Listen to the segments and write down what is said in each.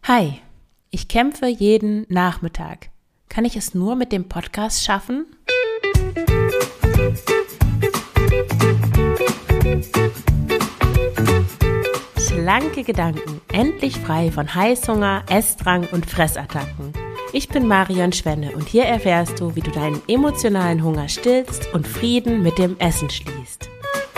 Hi, ich kämpfe jeden Nachmittag. Kann ich es nur mit dem Podcast schaffen? Schlanke Gedanken, endlich frei von Heißhunger, Essdrang und Fressattacken. Ich bin Marion Schwenne und hier erfährst du, wie du deinen emotionalen Hunger stillst und Frieden mit dem Essen schließt.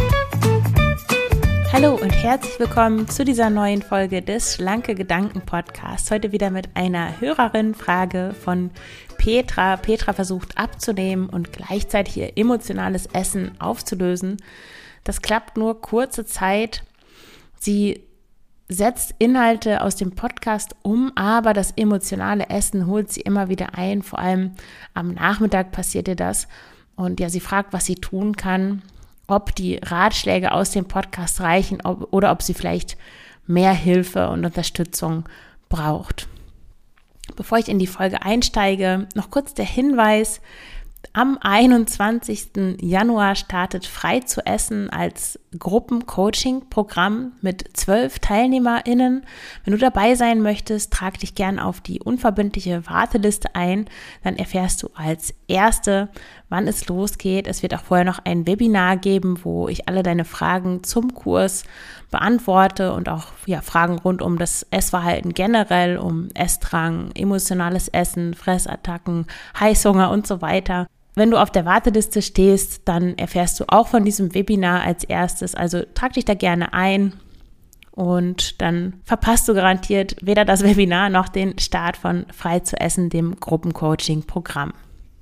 Hallo und herzlich willkommen zu dieser neuen Folge des Schlanke Gedanken Podcasts. Heute wieder mit einer Hörerinnenfrage von Petra. Petra versucht abzunehmen und gleichzeitig ihr emotionales Essen aufzulösen. Das klappt nur kurze Zeit. Sie setzt Inhalte aus dem Podcast um, aber das emotionale Essen holt sie immer wieder ein. Vor allem am Nachmittag passiert ihr das. Und ja, sie fragt, was sie tun kann, ob die Ratschläge aus dem Podcast reichen oder ob sie vielleicht mehr Hilfe und Unterstützung braucht. Bevor ich in die Folge einsteige, noch kurz der Hinweis: Am 21. Januar startet Frei zu essen als Gruppencoaching-Programm mit 12 TeilnehmerInnen. Wenn du dabei sein möchtest, trag dich gern auf die unverbindliche Warteliste ein. Dann erfährst du als Erste, wann es losgeht. Es wird auch vorher noch ein Webinar geben, wo ich alle deine Fragen zum Kurs beantworte und auch Fragen rund um das Essverhalten generell, um Essdrang, emotionales Essen, Fressattacken, Heißhunger und so weiter. Wenn du auf der Warteliste stehst, dann erfährst du auch von diesem Webinar als erstes. Also trag dich da gerne ein und dann verpasst du garantiert weder das Webinar noch den Start von Frei zu essen, dem Gruppencoaching-Programm.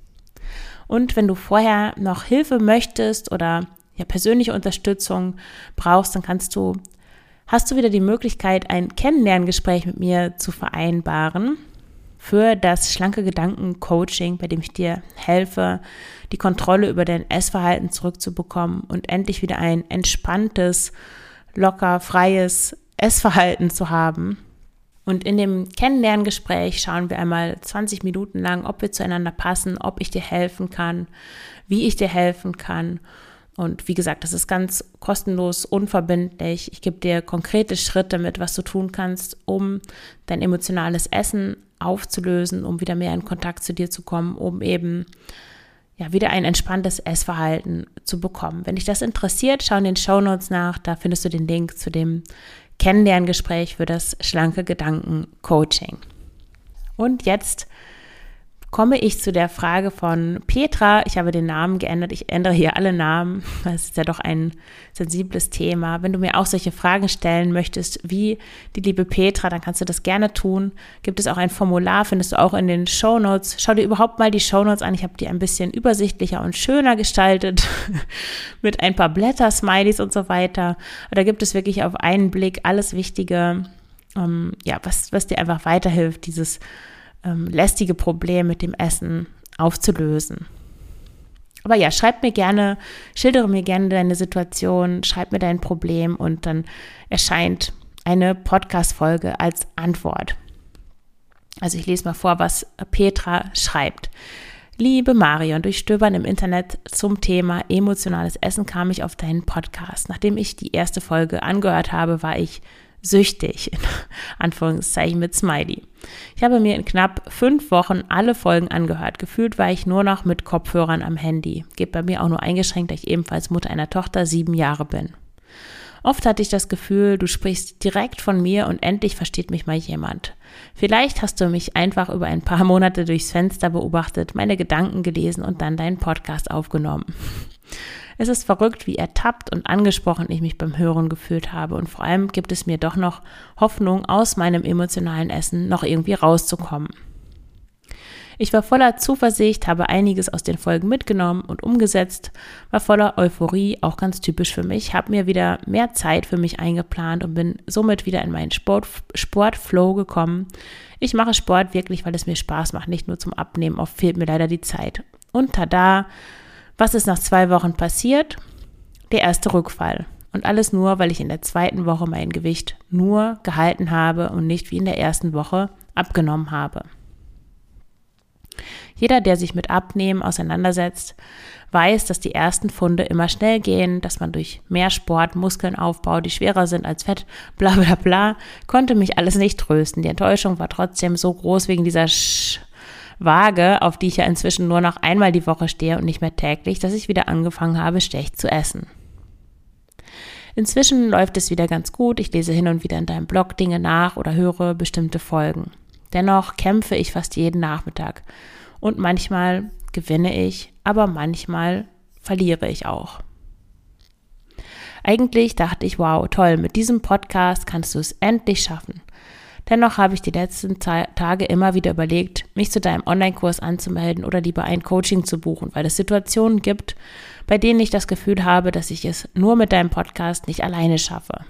Und wenn du vorher noch Hilfe möchtest oder persönliche Unterstützung brauchst, dann hast du wieder die Möglichkeit, ein Kennenlerngespräch mit mir zu vereinbaren für das Schlanke Gedanken Coaching, bei dem ich dir helfe, die Kontrolle über dein Essverhalten zurückzubekommen und endlich wieder ein entspanntes, locker, freies Essverhalten zu haben. Und in dem Kennenlerngespräch schauen wir einmal 20 Minuten lang, ob wir zueinander passen, ob ich dir helfen kann, wie ich dir helfen kann. Und wie gesagt, das ist ganz kostenlos, unverbindlich. Ich gebe dir konkrete Schritte mit, was du tun kannst, um dein emotionales Essen aufzulösen, um wieder mehr in Kontakt zu dir zu kommen, um eben wieder ein entspanntes Essverhalten zu bekommen. Wenn dich das interessiert, schau in den Shownotes nach, da findest du den Link zu dem Kennenlerngespräch für das Schlanke Gedanken Coaching. Und jetzt komme ich zu der Frage von Petra. Ich habe den Namen geändert. Ich ändere hier alle Namen. Das ist ja doch ein sensibles Thema. Wenn du mir auch solche Fragen stellen möchtest, wie die liebe Petra, dann kannst du das gerne tun. Gibt es auch ein Formular, findest du auch in den Shownotes. Schau dir überhaupt mal die Shownotes an. Ich habe die ein bisschen übersichtlicher und schöner gestaltet mit ein paar Blätter-Smileys und so weiter. Da gibt es wirklich auf einen Blick alles Wichtige, was dir einfach weiterhilft, dieses lästige Problem mit dem Essen aufzulösen. Aber schildere mir gerne deine Situation, schreib mir dein Problem und dann erscheint eine Podcast-Folge als Antwort. Also ich lese mal vor, was Petra schreibt. Liebe Marion, durch Stöbern im Internet zum Thema emotionales Essen kam ich auf deinen Podcast. Nachdem ich die erste Folge angehört habe, war ich süchtig, in Anführungszeichen mit Smiley. Ich habe mir in knapp 5 Wochen alle Folgen angehört. Gefühlt war ich nur noch mit Kopfhörern am Handy. Geht bei mir auch nur eingeschränkt, da ich ebenfalls Mutter einer Tochter 7 Jahre bin. Oft hatte ich das Gefühl, du sprichst direkt von mir und endlich versteht mich mal jemand. Vielleicht hast du mich einfach über ein paar Monate durchs Fenster beobachtet, meine Gedanken gelesen und dann deinen Podcast aufgenommen. Es ist verrückt, wie ertappt und angesprochen ich mich beim Hören gefühlt habe und vor allem gibt es mir doch noch Hoffnung, aus meinem emotionalen Essen noch irgendwie rauszukommen. Ich war voller Zuversicht, habe einiges aus den Folgen mitgenommen und umgesetzt, war voller Euphorie, auch ganz typisch für mich, habe mir wieder mehr Zeit für mich eingeplant und bin somit wieder in meinen Sportflow gekommen. Ich mache Sport wirklich, weil es mir Spaß macht, nicht nur zum Abnehmen, oft fehlt mir leider die Zeit. Und tada! Was ist nach 2 Wochen passiert? Der erste Rückfall. Und alles nur, weil ich in der 2. Woche mein Gewicht nur gehalten habe und nicht wie in der 1. Woche abgenommen habe. Jeder, der sich mit Abnehmen auseinandersetzt, weiß, dass die ersten Pfunde immer schnell gehen, dass man durch mehr Sport Muskeln aufbaut, die schwerer sind als Fett, bla bla bla, konnte mich alles nicht trösten. Die Enttäuschung war trotzdem so groß wegen dieser Waage, auf die ich ja inzwischen nur noch einmal die Woche stehe und nicht mehr täglich, dass ich wieder angefangen habe, schlecht zu essen. Inzwischen läuft es wieder ganz gut, ich lese hin und wieder in deinem Blog Dinge nach oder höre bestimmte Folgen. Dennoch kämpfe ich fast jeden Nachmittag und manchmal gewinne ich, aber manchmal verliere ich auch. Eigentlich dachte ich, wow, toll, mit diesem Podcast kannst du es endlich schaffen. Dennoch habe ich die letzten Tage immer wieder überlegt, mich zu deinem Online-Kurs anzumelden oder lieber ein Coaching zu buchen, weil es Situationen gibt, bei denen ich das Gefühl habe, dass ich es nur mit deinem Podcast nicht alleine schaffe.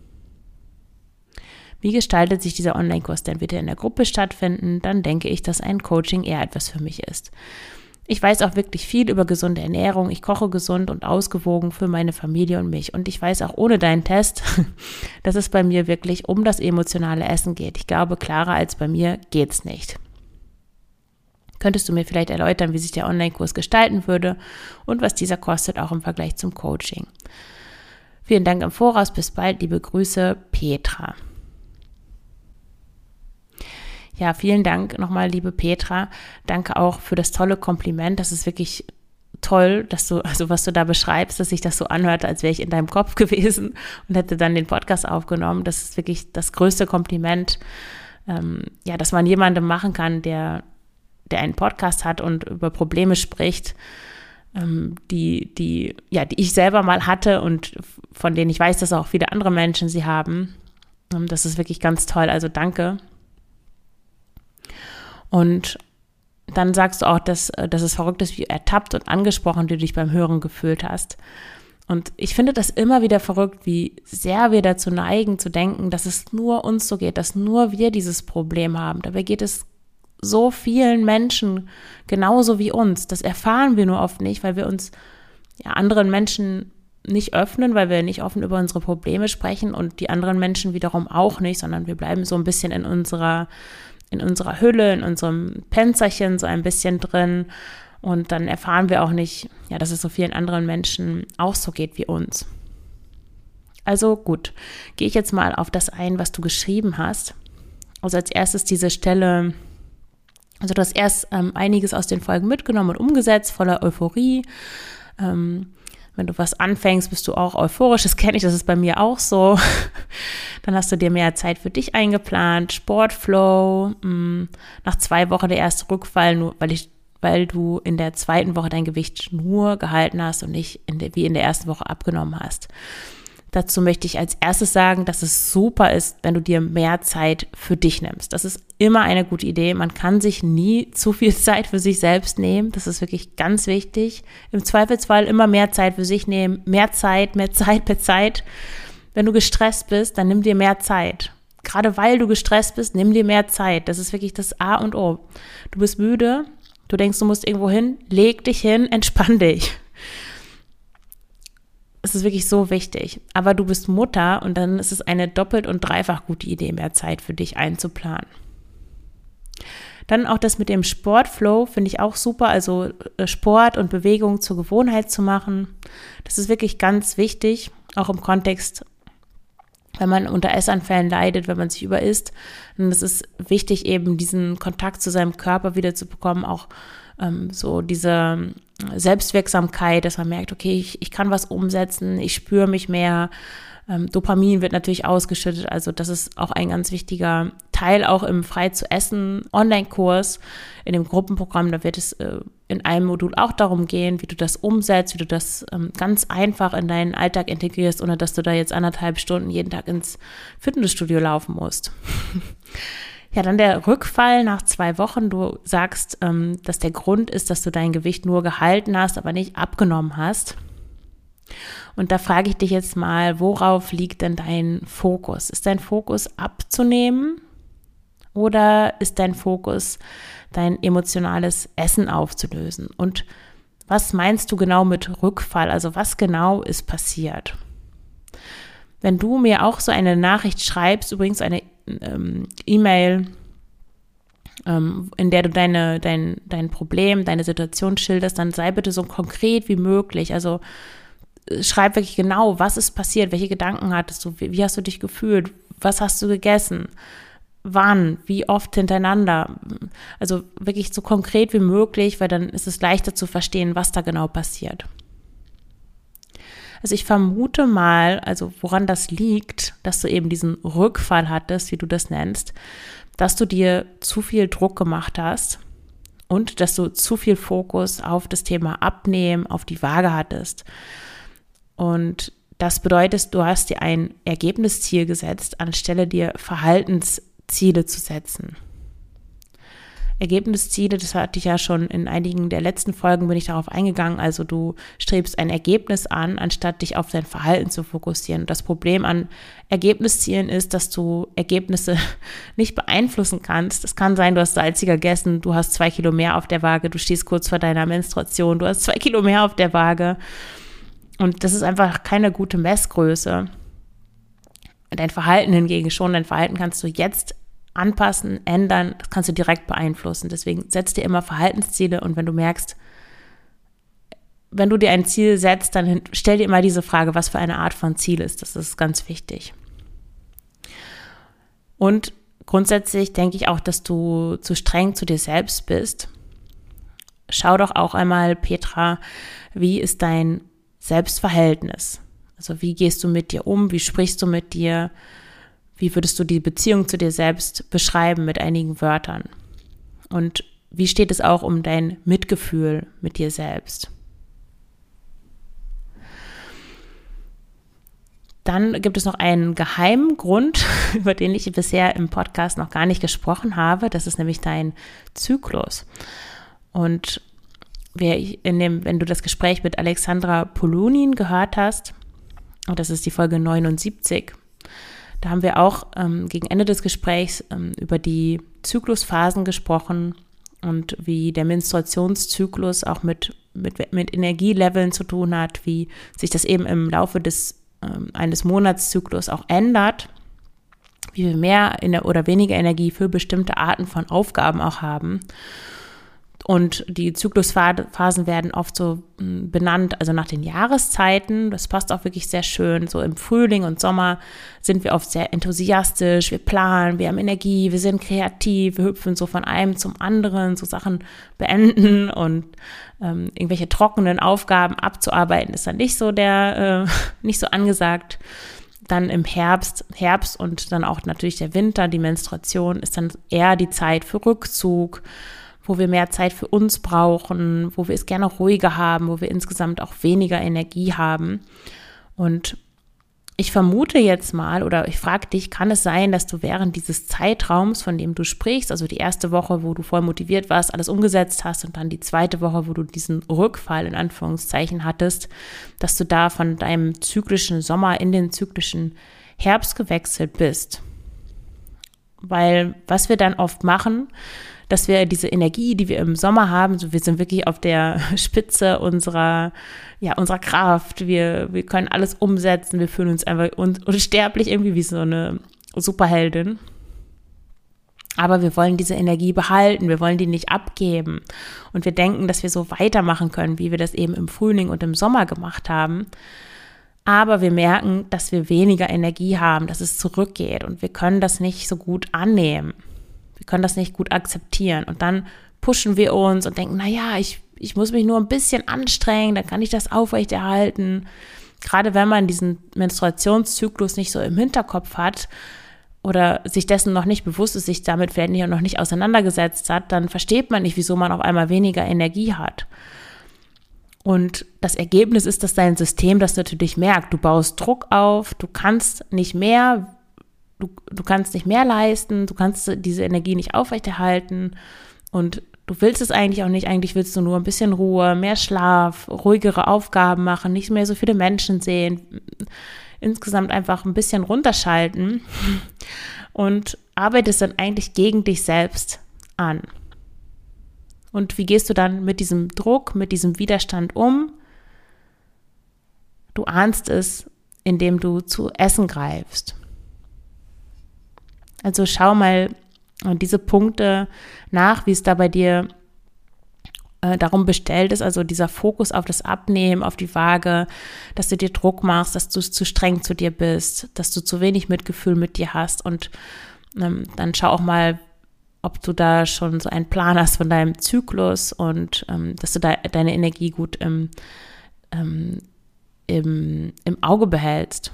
Wie gestaltet sich dieser Online-Kurs denn? Wird er in der Gruppe stattfinden? Dann denke ich, dass ein Coaching eher etwas für mich ist. Ich weiß auch wirklich viel über gesunde Ernährung. Ich koche gesund und ausgewogen für meine Familie und mich. Und ich weiß auch ohne deinen Test, dass es bei mir wirklich um das emotionale Essen geht. Ich glaube, klarer als bei mir geht's nicht. Könntest du mir vielleicht erläutern, wie sich der Online-Kurs gestalten würde und was dieser kostet, auch im Vergleich zum Coaching? Vielen Dank im Voraus. Bis bald. Liebe Grüße, Petra. Ja, vielen Dank nochmal, liebe Petra. Danke auch für das tolle Kompliment. Das ist wirklich toll, dass du, also was du da beschreibst, dass sich das so anhört, als wäre ich in deinem Kopf gewesen und hätte dann den Podcast aufgenommen. Das ist wirklich das größte Kompliment, dass man jemandem machen kann, der einen Podcast hat und über Probleme spricht, die ich selber mal hatte und von denen ich weiß, dass auch viele andere Menschen sie haben. Das ist wirklich ganz toll. Also danke. Und dann sagst du auch, dass es verrückt ist, wie ertappt und angesprochen du dich beim Hören gefühlt hast. Und ich finde das immer wieder verrückt, wie sehr wir dazu neigen, zu denken, dass es nur uns so geht, dass nur wir dieses Problem haben. Dabei geht es so vielen Menschen genauso wie uns. Das erfahren wir nur oft nicht, weil wir uns anderen Menschen nicht öffnen, weil wir nicht offen über unsere Probleme sprechen und die anderen Menschen wiederum auch nicht, sondern wir bleiben so ein bisschen in unserer Hülle, in unserem Pänzerchen so ein bisschen drin und dann erfahren wir auch nicht, dass es so vielen anderen Menschen auch so geht wie uns. Also gut, gehe ich jetzt mal auf das ein, was du geschrieben hast. Also als erstes diese Stelle, also du hast erst einiges aus den Folgen mitgenommen und umgesetzt, voller Euphorie. Wenn du was anfängst, bist du auch euphorisch. Das kenne ich, das ist bei mir auch so. Dann hast du dir mehr Zeit für dich eingeplant, Sportflow. Nach 2 Wochen der erste Rückfall, nur weil du in der 2. Woche dein Gewicht nur gehalten hast und nicht wie in der ersten Woche abgenommen hast. Dazu möchte ich als erstes sagen, dass es super ist, wenn du dir mehr Zeit für dich nimmst. Das ist immer eine gute Idee. Man kann sich nie zu viel Zeit für sich selbst nehmen. Das ist wirklich ganz wichtig. Im Zweifelsfall immer mehr Zeit für sich nehmen. Mehr Zeit. Wenn du gestresst bist, dann nimm dir mehr Zeit. Gerade weil du gestresst bist, nimm dir mehr Zeit. Das ist wirklich das A und O. Du bist müde, du denkst, du musst irgendwo hin, leg dich hin, entspann dich. Es ist wirklich so wichtig. Aber du bist Mutter und dann ist es eine doppelt und dreifach gute Idee, mehr Zeit für dich einzuplanen. Dann auch das mit dem Sportflow finde ich auch super, also Sport und Bewegung zur Gewohnheit zu machen. Das ist wirklich ganz wichtig, auch im Kontext, wenn man unter Essanfällen leidet, wenn man sich überisst. Und es ist wichtig, eben diesen Kontakt zu seinem Körper wieder zu bekommen, auch so diese Selbstwirksamkeit, dass man merkt, okay, ich kann was umsetzen, ich spüre mich mehr. Dopamin wird natürlich ausgeschüttet, also das ist auch ein ganz wichtiger Teil, auch im Frei zu essen Online-Kurs, in dem Gruppenprogramm, da wird es in einem Modul auch darum gehen, wie du das umsetzt, wie du das ganz einfach in deinen Alltag integrierst, ohne dass du da jetzt 1,5 Stunden jeden Tag ins Fitnessstudio laufen musst. Ja, dann der Rückfall nach 2 Wochen. Du sagst, dass der Grund ist, dass du dein Gewicht nur gehalten hast, aber nicht abgenommen hast. Und da frage ich dich jetzt mal, worauf liegt denn dein Fokus? Ist dein Fokus abzunehmen oder ist dein Fokus, dein emotionales Essen aufzulösen? Und was meinst du genau mit Rückfall? Also was genau ist passiert? Wenn du mir auch so eine Nachricht schreibst, übrigens eine E-Mail in der du dein Problem, deine Situation schilderst, dann sei bitte so konkret wie möglich. Also schreib wirklich genau, was ist passiert, welche Gedanken hattest du, wie hast du dich gefühlt, was hast du gegessen, wann, wie oft hintereinander. Also wirklich so konkret wie möglich, weil dann ist es leichter zu verstehen, was da genau passiert. Also ich vermute mal, also woran das liegt, dass du eben diesen Rückfall hattest, wie du das nennst, dass du dir zu viel Druck gemacht hast und dass du zu viel Fokus auf das Thema Abnehmen, auf die Waage hattest. Und das bedeutet, du hast dir ein Ergebnisziel gesetzt, anstelle dir Verhaltensziele zu setzen. Ergebnisziele, das hatte ich ja schon in einigen der letzten Folgen, bin ich darauf eingegangen. Also du strebst ein Ergebnis an, anstatt dich auf dein Verhalten zu fokussieren. Und das Problem an Ergebniszielen ist, dass du Ergebnisse nicht beeinflussen kannst. Es kann sein, du hast salziger gegessen, du hast 2 Kilo mehr auf der Waage, du stehst kurz vor deiner Menstruation, du hast 2 Kilo mehr auf der Waage. Und das ist einfach keine gute Messgröße. Dein Verhalten hingegen schon. Dein Verhalten kannst du jetzt anpassen, ändern, das kannst du direkt beeinflussen. Deswegen setz dir immer Verhaltensziele und wenn du merkst, wenn du dir ein Ziel setzt, dann stell dir immer diese Frage, was für eine Art von Ziel ist. Das ist ganz wichtig. Und grundsätzlich denke ich auch, dass du zu streng zu dir selbst bist. Schau doch auch einmal, Petra, wie ist dein Selbstverhältnis? Also wie gehst du mit dir um? Wie sprichst du mit dir? Wie würdest du die Beziehung zu dir selbst beschreiben mit einigen Wörtern? Und wie steht es auch um dein Mitgefühl mit dir selbst? Dann gibt es noch einen geheimen Grund, über den ich bisher im Podcast noch gar nicht gesprochen habe. Das ist nämlich dein Zyklus. Und wenn du das Gespräch mit Alexandra Polunin gehört hast, und das ist die Folge 79, da haben wir auch gegen Ende des Gesprächs über die Zyklusphasen gesprochen und wie der Menstruationszyklus auch mit Energieleveln zu tun hat, wie sich das eben im Laufe eines Monatszyklus auch ändert, wie wir mehr oder weniger Energie für bestimmte Arten von Aufgaben auch haben. Und die Zyklusphasen werden oft so benannt, also nach den Jahreszeiten. Das passt auch wirklich sehr schön. So im Frühling und Sommer sind wir oft sehr enthusiastisch. Wir planen, wir haben Energie, wir sind kreativ, wir hüpfen so von einem zum anderen, so Sachen beenden und irgendwelche trockenen Aufgaben abzuarbeiten ist dann nicht so nicht so angesagt. Dann im Herbst und dann auch natürlich der Winter, die Menstruation, ist dann eher die Zeit für Rückzug, wo wir mehr Zeit für uns brauchen, wo wir es gerne ruhiger haben, wo wir insgesamt auch weniger Energie haben. Und ich vermute jetzt mal oder ich frage dich, kann es sein, dass du während dieses Zeitraums, von dem du sprichst, also die erste Woche, wo du voll motiviert warst, alles umgesetzt hast und dann die zweite Woche, wo du diesen Rückfall in Anführungszeichen hattest, dass du da von deinem zyklischen Sommer in den zyklischen Herbst gewechselt bist? Weil was wir dann oft machen, dass wir diese Energie, die wir im Sommer haben, so wir sind wirklich auf der Spitze unserer Kraft, wir können alles umsetzen, wir fühlen uns einfach unsterblich irgendwie wie so eine Superheldin. Aber wir wollen diese Energie behalten, wir wollen die nicht abgeben. Und wir denken, dass wir so weitermachen können, wie wir das eben im Frühling und im Sommer gemacht haben. Aber wir merken, dass wir weniger Energie haben, dass es zurückgeht und wir können das nicht so gut annehmen. Wir können das nicht gut akzeptieren und dann pushen wir uns und denken, naja, ich muss mich nur ein bisschen anstrengen, dann kann ich das aufrechterhalten. Gerade wenn man diesen Menstruationszyklus nicht so im Hinterkopf hat oder sich dessen noch nicht bewusst ist, sich damit vielleicht noch nicht auseinandergesetzt hat, dann versteht man nicht, wieso man auf einmal weniger Energie hat. Und das Ergebnis ist, dass dein System das natürlich merkt. Du baust Druck auf, du kannst nicht mehr leisten, du kannst diese Energie nicht aufrechterhalten und du willst es eigentlich auch nicht. Eigentlich willst du nur ein bisschen Ruhe, mehr Schlaf, ruhigere Aufgaben machen, nicht mehr so viele Menschen sehen, insgesamt einfach ein bisschen runterschalten und arbeitest dann eigentlich gegen dich selbst an. Und wie gehst du dann mit diesem Druck, mit diesem Widerstand um? Du ahnst es, indem du zu Essen greifst. Also schau mal, Und diese Punkte nach, wie es da bei dir darum bestellt ist, also dieser Fokus auf das Abnehmen, auf die Waage, dass du dir Druck machst, dass du zu streng zu dir bist, dass du zu wenig Mitgefühl mit dir hast und dann schau auch mal, ob du da schon so einen Plan hast von deinem Zyklus und dass du da deine Energie gut im Auge behältst.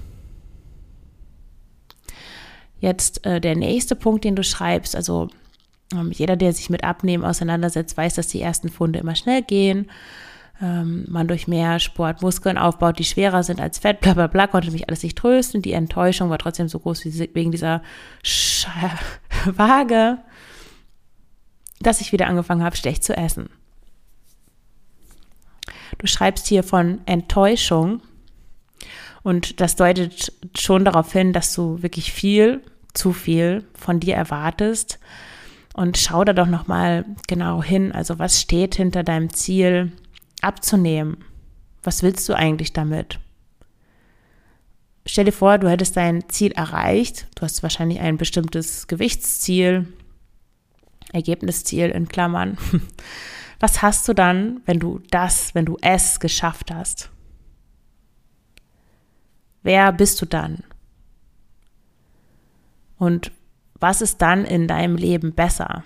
Jetzt der nächste Punkt, den du schreibst, also jeder, der sich mit Abnehmen auseinandersetzt, weiß, dass die ersten Pfunde immer schnell gehen. Man durch mehr Sport Muskeln aufbaut, die schwerer sind als Fett, bla bla bla, konnte mich alles nicht trösten. Die Enttäuschung war trotzdem so groß wie wegen dieser Waage, dass ich wieder angefangen habe, schlecht zu essen. Du schreibst hier von Enttäuschung und das deutet schon darauf hin, dass du wirklich zu viel von dir erwartest. Und schau da doch nochmal genau hin, also was steht hinter deinem Ziel abzunehmen? Was willst du eigentlich damit? Stell dir vor, du hättest dein Ziel erreicht, du hast wahrscheinlich ein bestimmtes Gewichtsziel, Ergebnisziel in Klammern. Was hast du dann, wenn du es geschafft hast? Wer bist du dann? Und was ist dann in deinem Leben besser?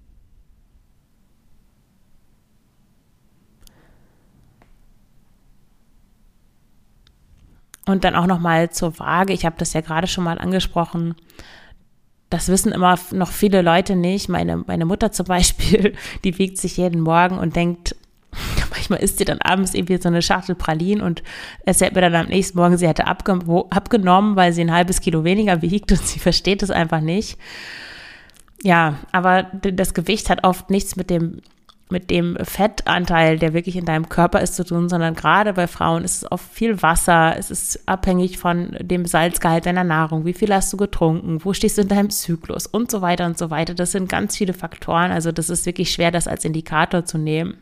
Und dann auch nochmal zur Waage. Ich habe das ja gerade schon mal angesprochen. Das wissen immer noch viele Leute nicht. Meine Mutter zum Beispiel, die wiegt sich jeden Morgen und denkt, manchmal isst sie dann abends irgendwie so eine Schachtel Pralinen und erzählt mir dann am nächsten Morgen, sie hätte abgenommen, weil sie ein halbes Kilo weniger wiegt und sie versteht es einfach nicht. Ja, aber das Gewicht hat oft nichts mit dem Fettanteil, der wirklich in deinem Körper ist, zu tun, sondern gerade bei Frauen ist es oft viel Wasser, es ist abhängig von dem Salzgehalt deiner Nahrung, wie viel hast du getrunken, wo stehst du in deinem Zyklus und so weiter und so weiter. Das sind ganz viele Faktoren, also das ist wirklich schwer, das als Indikator zu nehmen.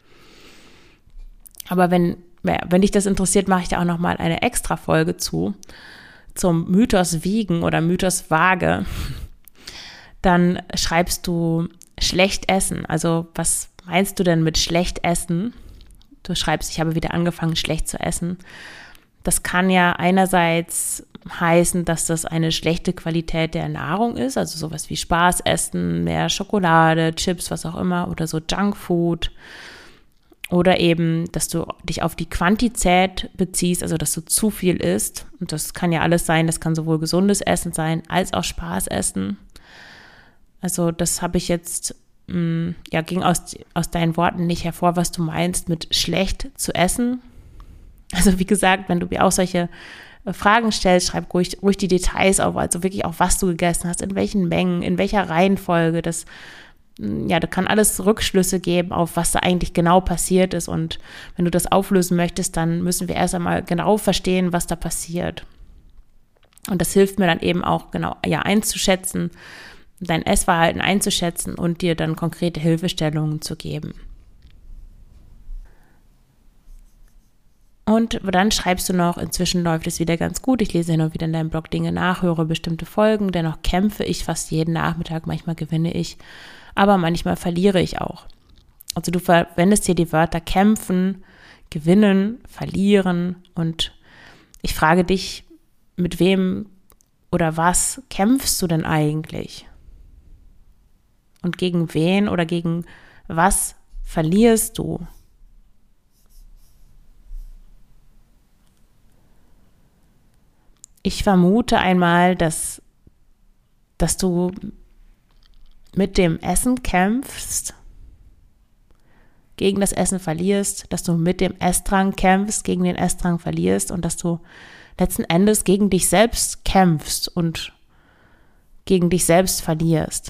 Aber wenn dich das interessiert, mache ich da auch nochmal eine extra Folge zum Mythos Wiegen oder Mythos Waage. Dann schreibst du schlecht essen. Also was meinst du denn mit schlecht essen? Du schreibst, ich habe wieder angefangen, schlecht zu essen. Das kann ja einerseits heißen, dass das eine schlechte Qualität der Nahrung ist, also sowas wie Spaßessen, mehr Schokolade, Chips, was auch immer, oder so Junkfood. Oder eben, dass du dich auf die Quantität beziehst, also dass du zu viel isst. Und das kann ja alles sein, das kann sowohl gesundes Essen sein, als auch Spaßessen. Also das habe ich jetzt, ging aus deinen Worten nicht hervor, was du meinst mit schlecht zu essen. Also wie gesagt, wenn du mir auch solche Fragen stellst, schreib ruhig die Details auf, also wirklich auch, was du gegessen hast, in welchen Mengen, in welcher Reihenfolge, da kann alles Rückschlüsse geben auf, was da eigentlich genau passiert ist. Und wenn du das auflösen möchtest, dann müssen wir erst einmal genau verstehen, was da passiert. Und das hilft mir dann eben auch genau einzuschätzen, dein Essverhalten einzuschätzen und dir dann konkrete Hilfestellungen zu geben. Und dann schreibst du noch, inzwischen läuft es wieder ganz gut, ich lese hin und wieder in deinem Blog Dinge nach, höre bestimmte Folgen, dennoch kämpfe ich fast jeden Nachmittag, manchmal gewinne ich, aber manchmal verliere ich auch. Also du verwendest hier die Wörter kämpfen, gewinnen, verlieren und ich frage dich, mit wem oder was kämpfst du denn eigentlich? Und gegen wen oder gegen was verlierst du? Ich vermute einmal, dass du mit dem Essen kämpfst, gegen das Essen verlierst, dass du mit dem Essdrang kämpfst, gegen den Essdrang verlierst und dass du letzten Endes gegen dich selbst kämpfst und gegen dich selbst verlierst.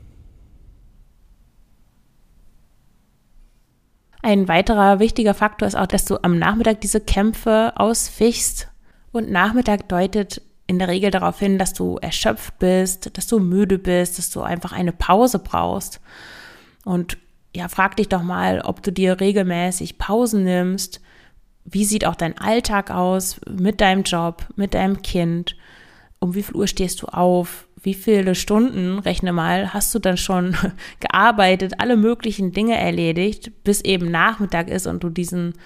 Ein weiterer wichtiger Faktor ist auch, dass du am Nachmittag diese Kämpfe ausfichst. Und Nachmittag deutet in der Regel darauf hin, dass du erschöpft bist, dass du müde bist, dass du einfach eine Pause brauchst. Und frag dich doch mal, ob du dir regelmäßig Pausen nimmst. Wie sieht auch dein Alltag aus mit deinem Job, mit deinem Kind? Um wie viel Uhr stehst du auf? wie viele Stunden, rechne mal, hast du dann schon gearbeitet, alle möglichen Dinge erledigt, bis eben Nachmittag ist und du diesen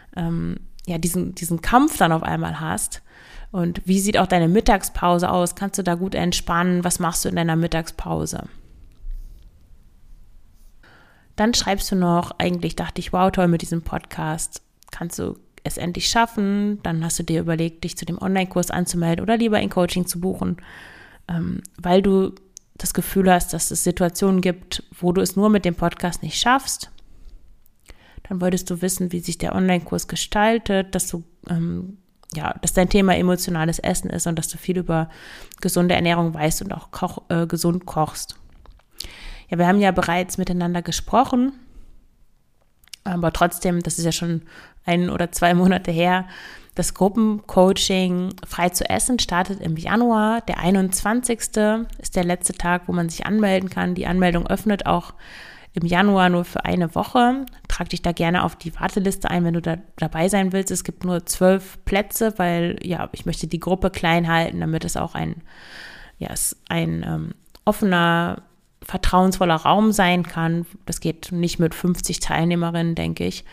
Kampf dann auf einmal hast. Und wie sieht auch deine Mittagspause aus? Kannst du da gut entspannen? Was machst du in deiner Mittagspause? Dann schreibst du noch, eigentlich dachte ich, wow, toll mit diesem Podcast. Kannst du es endlich schaffen? Dann hast du dir überlegt, dich zu dem Online-Kurs anzumelden oder lieber ein Coaching zu buchen, weil du das Gefühl hast, dass es Situationen gibt, wo du es nur mit dem Podcast nicht schaffst. Dann wolltest du wissen, wie sich der Online-Kurs gestaltet, dass dein Thema emotionales Essen ist und dass du viel über gesunde Ernährung weißt und auch gesund kochst. Ja, wir haben ja bereits miteinander gesprochen, aber trotzdem, das ist ja schon 1 oder 2 Monate her, das Gruppencoaching Frei zu essen startet im Januar. Der 21. ist der letzte Tag, wo man sich anmelden kann. Die Anmeldung öffnet auch im Januar nur für 1 Woche. Trag dich da gerne auf die Warteliste ein, wenn du da dabei sein willst. Es gibt nur 12 Plätze, weil ich möchte die Gruppe klein halten, damit es auch ein offener, vertrauensvoller Raum sein kann. Das geht nicht mit 50 Teilnehmerinnen, denke ich.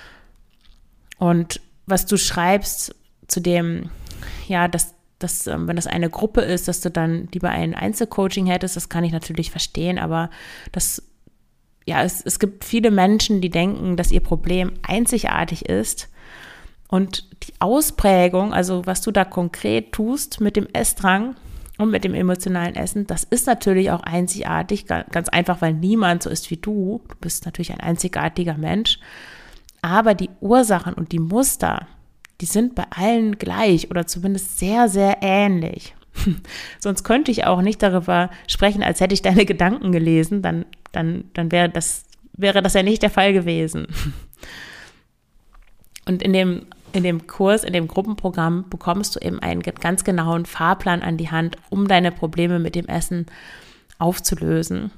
Und was du schreibst zu dem, dass wenn das eine Gruppe ist, dass du dann lieber ein Einzelcoaching hättest, das kann ich natürlich verstehen, aber es gibt viele Menschen, die denken, dass ihr Problem einzigartig ist und die Ausprägung, also was du da konkret tust mit dem Essdrang und mit dem emotionalen Essen, das ist natürlich auch einzigartig, ganz einfach, weil niemand so ist wie du. Du bist natürlich ein einzigartiger Mensch, aber die Ursachen und die Muster, die sind bei allen gleich oder zumindest sehr, sehr ähnlich. Sonst könnte ich auch nicht darüber sprechen, als hätte ich deine Gedanken gelesen, dann wäre das ja nicht der Fall gewesen. Und in dem Kurs, in dem Gruppenprogramm bekommst du eben einen ganz genauen Fahrplan an die Hand, um deine Probleme mit dem Essen aufzulösen.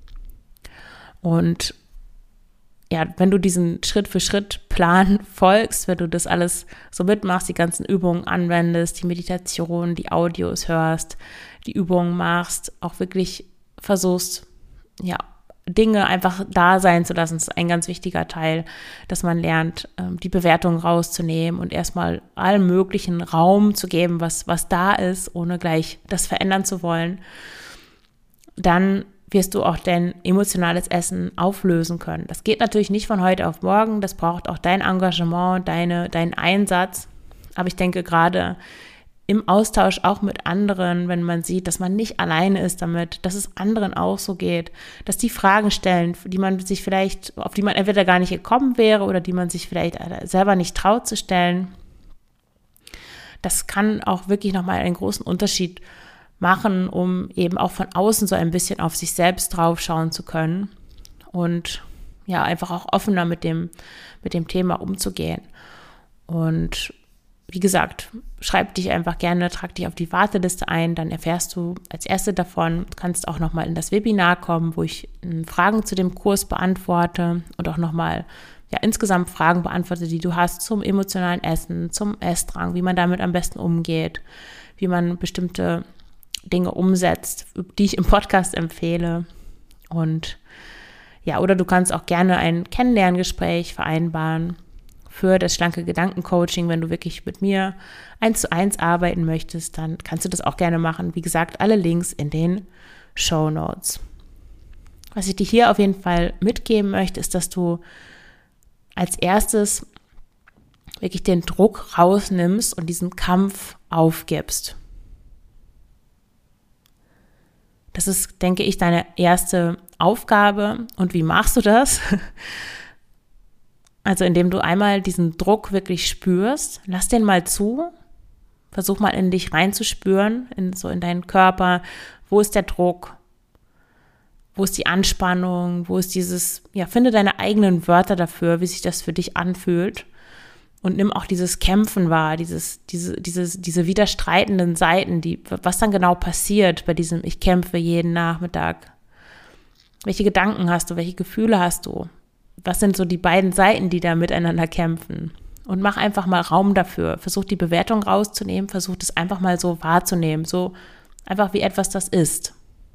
Und wenn du diesen Schritt-für-Schritt-Plan folgst, wenn du das alles so mitmachst, die ganzen Übungen anwendest, die Meditation, die Audios hörst, die Übungen machst, auch wirklich versuchst, Dinge einfach da sein zu lassen, das ist ein ganz wichtiger Teil, dass man lernt, die Bewertung rauszunehmen und erstmal allem möglichen Raum zu geben, was da ist, ohne gleich das verändern zu wollen. Dann wirst du auch dein emotionales Essen auflösen können. Das geht natürlich nicht von heute auf morgen, das braucht auch dein Engagement, deinen Einsatz, aber ich denke gerade im Austausch auch mit anderen, wenn man sieht, dass man nicht alleine ist damit, dass es anderen auch so geht, dass die Fragen stellen, auf die man entweder gar nicht gekommen wäre oder die man sich vielleicht selber nicht traut zu stellen. Das kann auch wirklich nochmal einen großen Unterschied machen, um eben auch von außen so ein bisschen auf sich selbst drauf schauen zu können und einfach auch offener mit dem Thema umzugehen. Und wie gesagt, schreib dich einfach gerne, trag dich auf die Warteliste ein, dann erfährst du als Erste davon. Du kannst auch nochmal in das Webinar kommen, wo ich Fragen zu dem Kurs beantworte und auch nochmal insgesamt Fragen beantworte, die du hast zum emotionalen Essen, zum Essdrang, wie man damit am besten umgeht, wie man bestimmte Dinge umsetzt, die ich im Podcast empfehle. Und oder du kannst auch gerne ein Kennenlerngespräch vereinbaren für das schlanke Gedankencoaching. Wenn du wirklich mit mir 1:1 arbeiten möchtest, dann kannst du das auch gerne machen. Wie gesagt, alle Links in den Shownotes. Was ich dir hier auf jeden Fall mitgeben möchte, ist, dass du als erstes wirklich den Druck rausnimmst und diesen Kampf aufgibst. Das ist, denke ich, deine erste Aufgabe. Und wie machst du das? Also indem du einmal diesen Druck wirklich spürst, lass den mal zu, versuch mal in dich reinzuspüren, in deinen Körper, wo ist der Druck, wo ist die Anspannung, wo ist finde deine eigenen Wörter dafür, wie sich das für dich anfühlt und nimm auch dieses Kämpfen wahr, diese widerstreitenden Seiten, was dann genau passiert bei diesem ich kämpfe jeden Nachmittag. Welche Gedanken hast du, welche Gefühle hast du? Was sind so die beiden Seiten, die da miteinander kämpfen? Und mach einfach mal Raum dafür. Versuch die Bewertung rauszunehmen, versuch das einfach mal so wahrzunehmen, so Einfach wie etwas, das ist.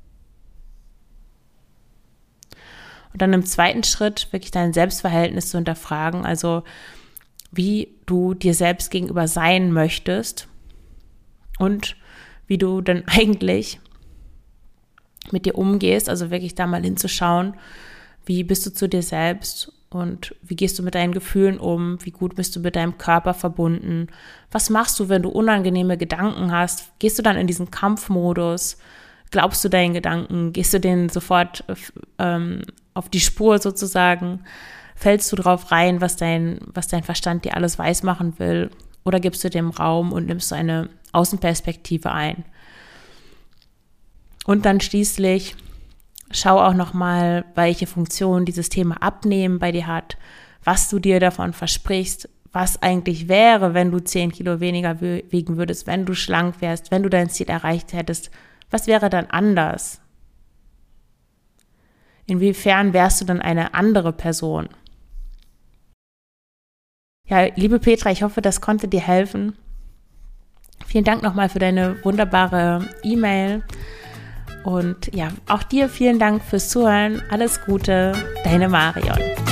Und dann im zweiten Schritt wirklich dein Selbstverhältnis zu hinterfragen, also wie du dir selbst gegenüber sein möchtest und wie du dann eigentlich mit dir umgehst, also wirklich da mal hinzuschauen, wie bist du zu dir selbst und wie gehst du mit deinen Gefühlen um, wie gut bist du mit deinem Körper verbunden, was machst du, wenn du unangenehme Gedanken hast, gehst du dann in diesen Kampfmodus, glaubst du deinen Gedanken, gehst du denen sofort auf die Spur sozusagen, fällst du drauf rein, was dein Verstand dir alles weismachen will, oder gibst du dem Raum und nimmst so eine Außenperspektive ein. Und dann schließlich schau auch nochmal, welche Funktion dieses Thema Abnehmen bei dir hat, was du dir davon versprichst, was eigentlich wäre, wenn du 10 Kilo weniger wiegen würdest, wenn du schlank wärst, wenn du dein Ziel erreicht hättest. Was wäre dann anders? Inwiefern wärst du dann eine andere Person? Ja, liebe Petra, ich hoffe, das konnte dir helfen. Vielen Dank nochmal für deine wunderbare E-Mail. Und ja, auch dir vielen Dank fürs Zuhören. Alles Gute, deine Marion.